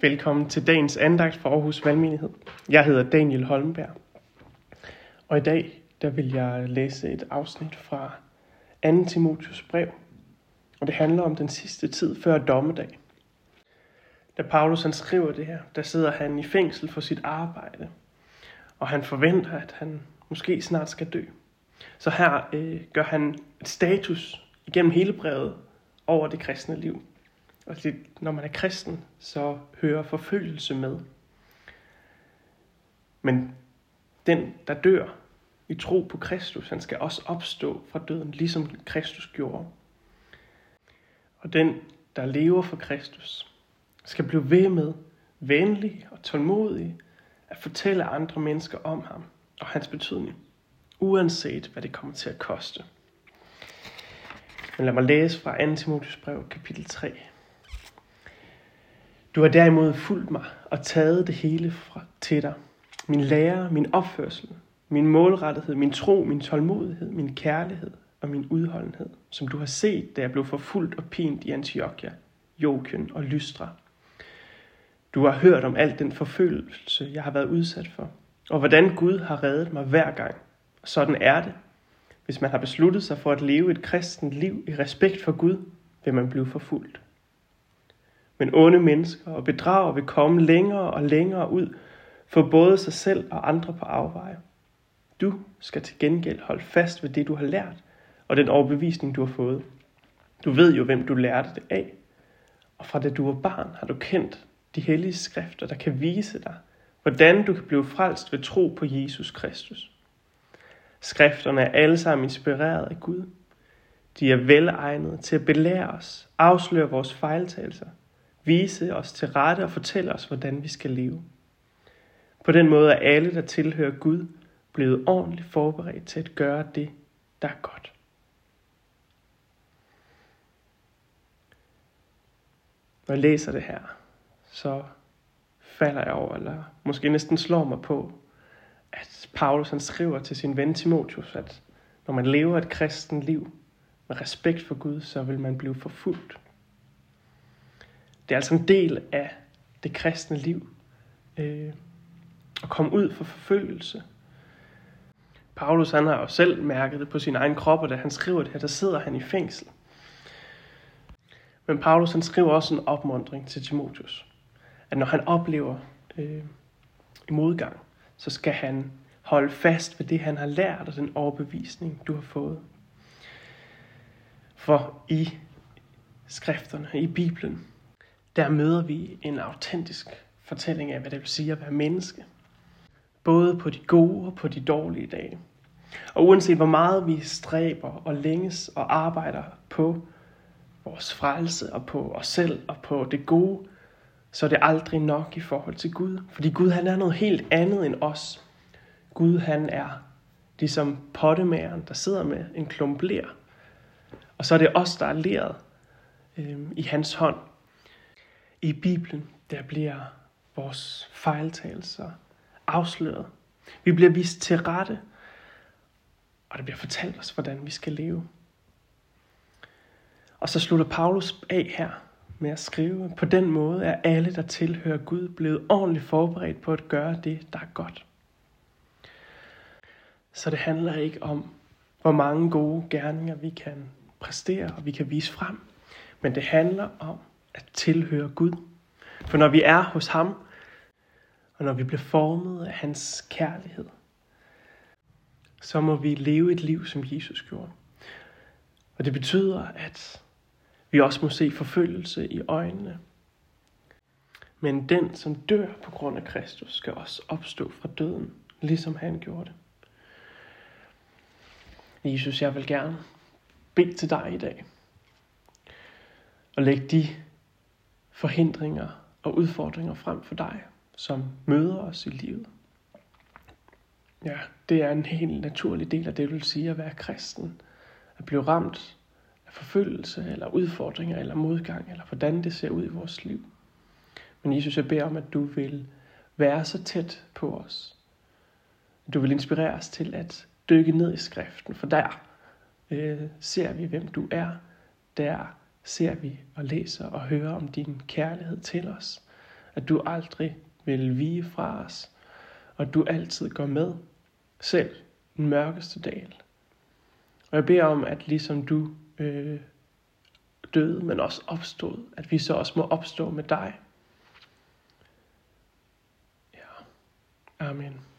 Velkommen til dagens andagt fra Aarhus Valgmenighed. Jeg hedder Daniel Holmberg, og i dag vil jeg læse et afsnit fra 2. Timotheus brev, og det handler om den sidste tid før dommedag. Da Paulus han skriver det her, der sidder han i fængsel for sit arbejde, og han forventer, at han måske snart skal dø. Så her gør han et status igennem hele brevet over det kristne liv. Og når man er kristen, så hører forfølgelse med. Men den, der dør i tro på Kristus, han skal også opstå fra døden, ligesom Kristus gjorde. Og den, der lever for Kristus, skal blive ved med venlig og tålmodig at fortælle andre mennesker om ham og hans betydning, uanset hvad det kommer til at koste. Men lad mig læse fra 2. Timotheus brev, kapitel 3. Du har derimod fulgt mig og taget det hele til dig. Min lære, min opførsel, min målrettighed, min tro, min tålmodighed, min kærlighed og min udholdenhed, som du har set, da jeg blev forfulgt og pint i Antiochia, Jokien og Lystra. Du har hørt om al den forfølgelse, jeg har været udsat for, og hvordan Gud har reddet mig hver gang. Og sådan er det. Hvis man har besluttet sig for at leve et kristent liv i respekt for Gud, vil man blive forfulgt. Men onde mennesker og bedrager vil komme længere og længere ud for både sig selv og andre på afveje. Du skal til gengæld holde fast ved det, du har lært, og den overbevisning, du har fået. Du ved jo, hvem du lærte det af, og fra da du var barn har du kendt de hellige skrifter, der kan vise dig, hvordan du kan blive frelst ved tro på Jesus Kristus. Skrifterne er alle sammen inspireret af Gud. De er velegnede til at belære os, afsløre vores fejltagelser, vise os til rette og fortælle os, hvordan vi skal leve. På den måde er alle, der tilhører Gud, blevet ordentligt forberedt til at gøre det, der er godt. Når jeg læser det her, så falder jeg over, eller måske næsten slår mig på, at Paulus han skriver til sin ven Timotheus, at når man lever et kristent liv med respekt for Gud, så vil man blive forfulgt. Det er altså en del af det kristne liv at komme ud for forfølgelse. Paulus han har jo selv mærket det på sin egen krop, og da han skriver det her, der sidder han i fængsel. Men Paulus han skriver også en opmuntring til Timotheus, at når han oplever modgang, så skal han holde fast ved det, han har lært, og den overbevisning, du har fået. For i skrifterne, i Bibelen, der møder vi en autentisk fortælling af, hvad det vil sige at være menneske. Både på de gode og på de dårlige dage. Og uanset hvor meget vi stræber og længes og arbejder på vores frelse og på os selv og på det gode, så er det aldrig nok i forhold til Gud. Fordi Gud han er noget helt andet end os. Gud han er ligesom pottemageren, der sidder med en klump ler. Og så er det os, der er leret i hans hånd. I Bibelen, der bliver vores fejltagelser afsløret. Vi bliver vist til rette, og der bliver fortalt os, hvordan vi skal leve. Og så slutter Paulus af her med at skrive, på den måde er alle, der tilhører Gud, blevet ordentligt forberedt på at gøre det, der er godt. Så det handler ikke om, hvor mange gode gerninger vi kan præstere og vi kan vise frem, men det handler om at tilhøre Gud. For når vi er hos ham, og når vi bliver formet af hans kærlighed, så må vi leve et liv, som Jesus gjorde. Og det betyder, at vi også må se forfølgelse i øjnene. Men den, som dør på grund af Kristus, skal også opstå fra døden, ligesom han gjorde det. Jesus, jeg vil gerne bede til dig i dag, og lægge de forhindringer og udfordringer frem for dig, som møder os i livet. Ja, det er en helt naturlig del af det, vil sige at være kristen. At blive ramt af forfølgelse, eller udfordringer, eller modgang, eller hvordan det ser ud i vores liv. Men Jesus, jeg beder om, at du vil være så tæt på os. At du vil inspirere os til at dykke ned i skriften, for der ser vi, hvem du er. Der ser vi og læser og hører om din kærlighed til os. at du aldrig vil vige fra os, og at du altid går med, selv den mørkeste dal. Og jeg beder om, at ligesom du døde, men også opstod, at vi så også må opstå med dig. Ja. Amen.